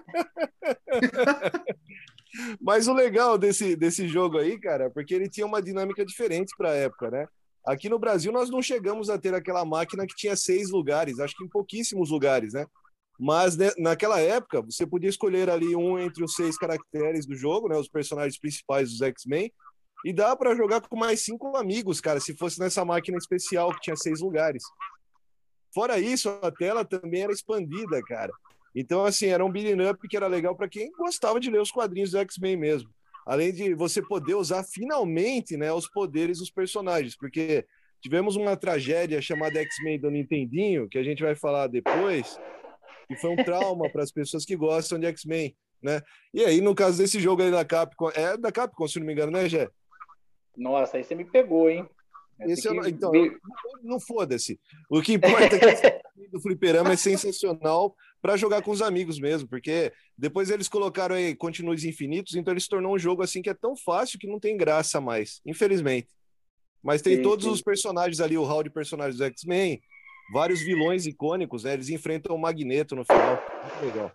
Mas o legal desse, desse jogo aí, cara, porque ele tinha uma dinâmica diferente para a época, né? Aqui no Brasil nós não chegamos a ter aquela máquina que tinha seis lugares, acho que em pouquíssimos lugares, né? Mas né, naquela época você podia escolher ali um entre os seis caracteres do jogo, né? Os personagens principais dos X-Men, e dá para jogar com mais cinco amigos, cara, se fosse nessa máquina especial que tinha seis lugares. Fora isso, a tela também era expandida, cara. Então, assim, era um beat'em up que era legal para quem gostava de ler os quadrinhos do X-Men mesmo. Além de você poder usar finalmente, né, os poderes dos personagens, porque tivemos uma tragédia chamada X-Men do Nintendinho, que a gente vai falar depois, que foi um trauma para as pessoas que gostam de X-Men, né? E aí, no caso desse jogo aí da Capcom, é da Capcom, se não me engano, né, Gé? Nossa, aí você me pegou, hein? Eu Esse eu tenho não, que então, eu, ver. não, não foda-se. O que importa é que o do fliperama é sensacional para jogar com os amigos mesmo, porque depois eles colocaram aí continues infinitos, então ele se tornou um jogo assim que é tão fácil que não tem graça mais, infelizmente. Mas tem Sim, todos sim. os personagens ali, o hall de personagens do X-Men, vários vilões icônicos, né? Eles enfrentam o Magneto no final. Muito legal.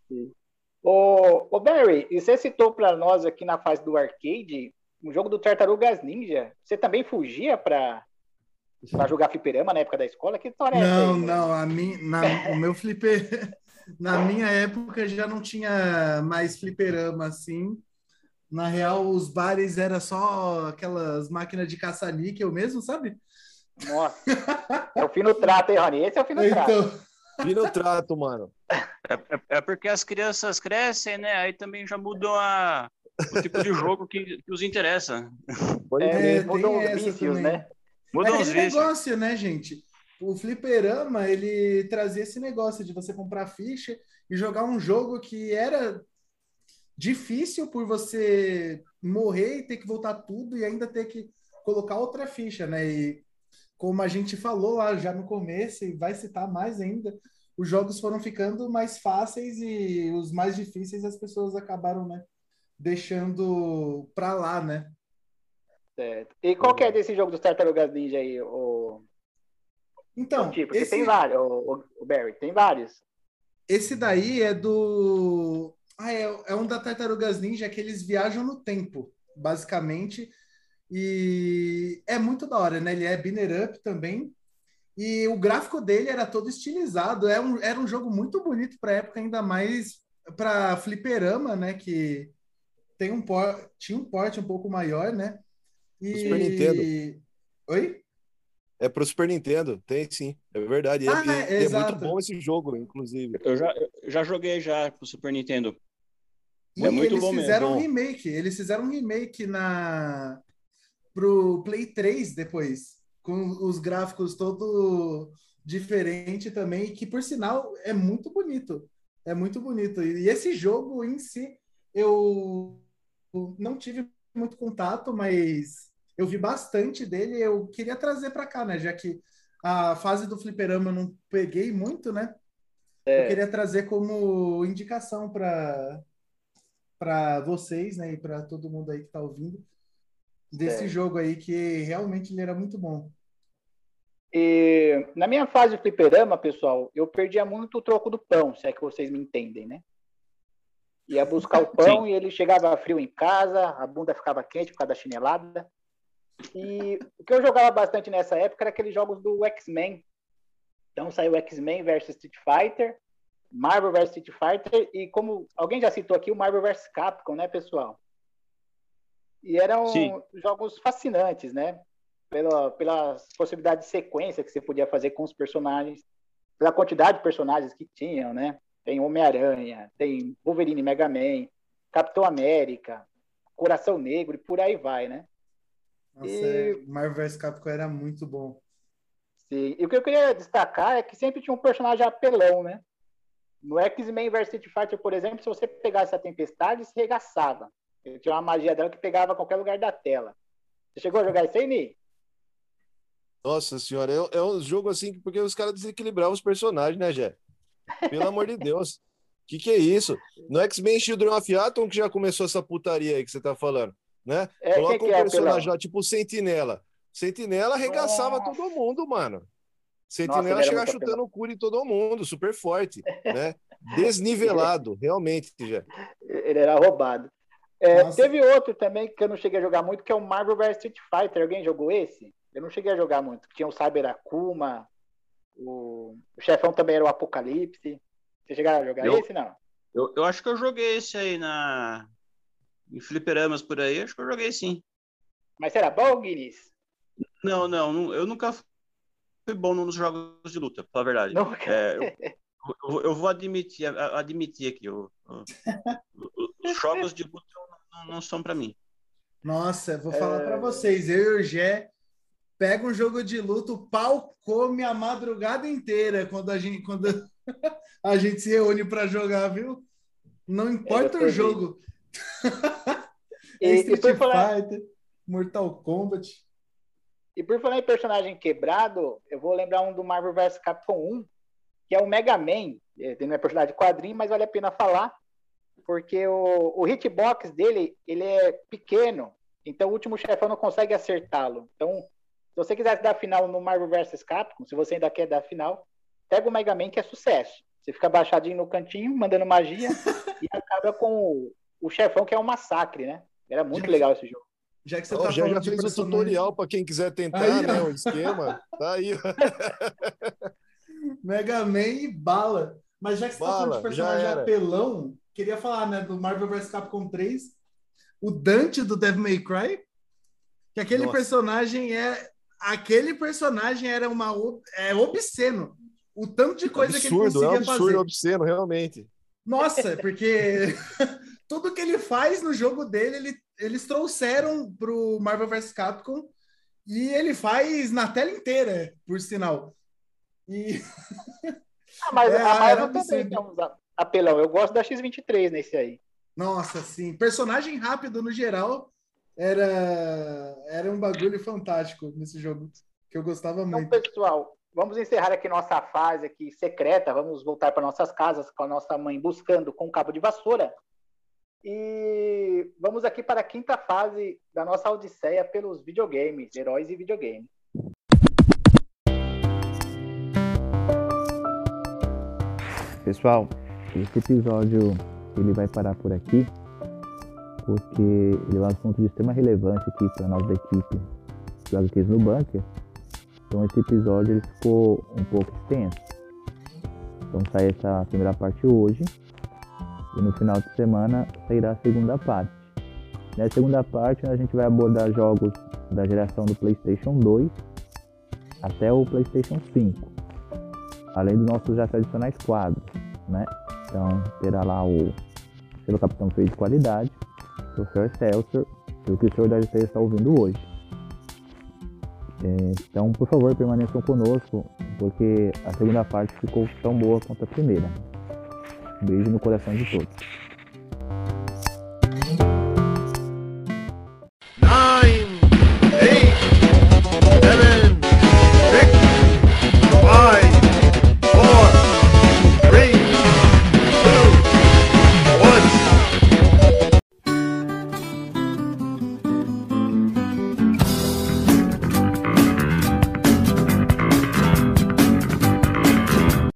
Ô, ô Barry, e você citou para nós aqui na fase do arcade um jogo do Tartarugas Ninja. Você também fugia para para jogar fliperama na época da escola? Que história é essa aí? Não, mano? não, a mim, na, o meu flipper, na minha época já não tinha mais fliperama assim. Na real, os bares era só aquelas máquinas de caça-níquel mesmo, sabe? Nossa, é o fino trato, hein, Rony? Esse é o fino trato. Então, E no trato, mano. É, é- é porque as crianças crescem, né? Aí também já mudam a, o tipo de jogo que, que os interessa. Pode É, crer. é, mudou tem os essa vícios, também. né? É Mudam os aquele vícios. negócio, né, gente? O fliperama, ele trazia esse negócio de você comprar ficha e jogar um jogo que era difícil por você morrer e ter que voltar tudo e ainda ter que colocar outra ficha, né? E como a gente falou lá já no começo e vai citar mais ainda, os jogos foram ficando mais fáceis e os mais difíceis as pessoas acabaram, né, deixando pra lá, né? Certo. E qual que é desse jogo dos Tartarugas Ninja aí, o, o Então, tipo? Porque tem esse, vários, o, o Barry, tem vários. esse daí é do... Ah, é, é um da Tartarugas Ninja que eles viajam no tempo, basicamente. E é muito da hora, né? Ele é binner up também. E o gráfico dele era todo estilizado. É um, era um jogo muito bonito para época, ainda mais para fliperama, né? Que tem um por, tinha um porte um pouco maior, né? O Super Nintendo. E... Oi? É pro Super Nintendo, tem sim, é verdade. E é, Ah, e é, é muito exato. bom esse jogo, inclusive. Eu já, eu já joguei já pro Super Nintendo. E É muito eles bom mesmo. fizeram um Bom. remake. Eles fizeram um remake na pro Play três depois, com os gráficos todo diferente também, que por sinal é muito bonito. É muito bonito. E esse jogo em si, eu não tive muito contato, mas eu vi bastante dele. Eu queria trazer para cá, né? Já que a fase do fliperama eu não peguei muito, né? Eu É, queria trazer como indicação para para vocês, né? E para todo mundo aí que está ouvindo desse certo. jogo aí que realmente ele era muito bom. E na minha fase de fliperama, pessoal, eu perdia muito o troco do pão, se é que vocês me entendem, né? Ia buscar o pão Sim. e ele chegava frio em casa, a bunda ficava quente por causa da chinelada. E o que eu jogava bastante nessa época era aqueles jogos do X-Men. Então saiu X-Men versus Street Fighter, Marvel versus Street Fighter e como alguém já citou aqui, o Marvel versus Capcom, né, pessoal? E eram Sim. jogos fascinantes, né? Pela, pelas possibilidades de sequência que você podia fazer com os personagens, pela quantidade de personagens que tinham, né? Tem Homem-Aranha, tem Wolverine, Mega Man, Capitão América, Coração Negro e por aí vai, né? Nossa, E, é, Marvel versus. Capcom era muito bom. sim, e o que eu queria destacar é que sempre tinha um personagem apelão, né? No X-Men versus Street Fighter, por exemplo, se você pegasse a Tempestade, se regaçava. Ele tinha uma magia dela que pegava qualquer lugar da tela. Você chegou a jogar isso aí, Ni? Nossa senhora, é, é um jogo assim, porque os caras desequilibravam os personagens, né, Jé? Pelo amor de Deus. Que que é isso? No X-Men Children of Atom que já começou essa putaria aí que você tá falando, né? É, Coloca quem um que é personagem apelão? lá, tipo o Sentinela. Sentinela arregaçava Nossa. todo mundo, mano. Nossa, Sentinela ele era chegava muito apelão. chutando o cu em todo mundo, super forte, né? Desnivelado, realmente, já. Ele era roubado. É, Nossa. teve outro também que eu não cheguei a jogar muito, que é o Marvel versus Street Fighter. Alguém jogou esse? Eu não cheguei a jogar muito. Tinha o Cyber Akuma, o, o chefão também era o Apocalipse. Você chegaram a jogar Eu- esse, não? Eu, eu acho que eu joguei esse aí na... em fliperamas por aí. Acho que eu joguei sim. Mas será bom, Guinness? Não, não. nu- Eu nunca fui bom nos jogos de luta, pra falar a verdade. Não. É, eu, eu- eu vou admitir, a- admitir aqui. eu- eu- os jogos de luta não, não são pra mim. Nossa, vou É. falar pra vocês. Eu e o Gé pega um jogo de luta, o pau come a madrugada inteira quando a gente, quando a gente se reúne pra jogar, viu? Não importa o também. jogo. É E, e, Street por falar, Fighter, Mortal Kombat. e por falar em personagem quebrado, eu vou lembrar um do Marvel versus. Capcom um, que é o Mega Man. Ele não é personagem de quadrinho, mas vale a pena falar, porque o, o hitbox dele, ele é pequeno, então o último chefão não consegue acertá-lo. Então, se você quiser dar final no Marvel versus. Capcom, se você ainda quer dar final, pega o Mega Man, que é sucesso. Você fica baixadinho no cantinho, mandando magia, e acaba com o, o chefão, que é um massacre, né? Era muito já legal esse jogo. Já que você Oh, tá já, falando já de fez personagem... o tutorial para quem quiser tentar, Aí, né? ó. O esquema. Tá aí. Mega Man e bala. Mas já que você tá falando de Bala, já personagem era. apelão, queria falar, né, do Marvel versus. Capcom três, o Dante do Devil May Cry, que aquele Nossa. personagem é... Aquele personagem era uma... ob- É obsceno. O tanto de coisa que ele Absurdo, é um conseguia absurdo, fazer. obsceno, realmente. Nossa, porque tudo que ele faz no jogo dele, ele- eles trouxeram pro Marvel versus. Capcom e ele faz na tela inteira, por sinal. E Ah, mas É, a era Marvel também absurdo. tem uns a- apelão. Eu gosto da X vinte e três nesse aí. nossa, sim, personagem rápido no geral era era um bagulho fantástico nesse jogo que eu gostava Então, muito. pessoal, vamos encerrar aqui nossa fase aqui secreta. Vamos voltar para nossas casas com a nossa mãe buscando com cabo de vassoura. E vamos aqui para a quinta fase da nossa odisseia pelos videogames, heróis e videogames. Pessoal, esse episódio ele vai parar por aqui, porque ele é um assunto de extrema relevância aqui para nós da equipe do H Qs no Bunker. Então esse episódio ele ficou um pouco extenso. Então sai essa primeira parte hoje e no final de semana sairá a segunda parte. Na segunda parte a gente vai abordar jogos da geração do PlayStation dois até o PlayStation cinco, além dos nossos já tradicionais quadros, né? Então terá lá o selo Capitão Freio de qualidade, o Troféu Excelsior e o que o senhor da Odisseia está ouvindo hoje. É, então, por favor, permaneçam conosco, porque a segunda parte ficou tão boa quanto a primeira. Um beijo no coração de todos.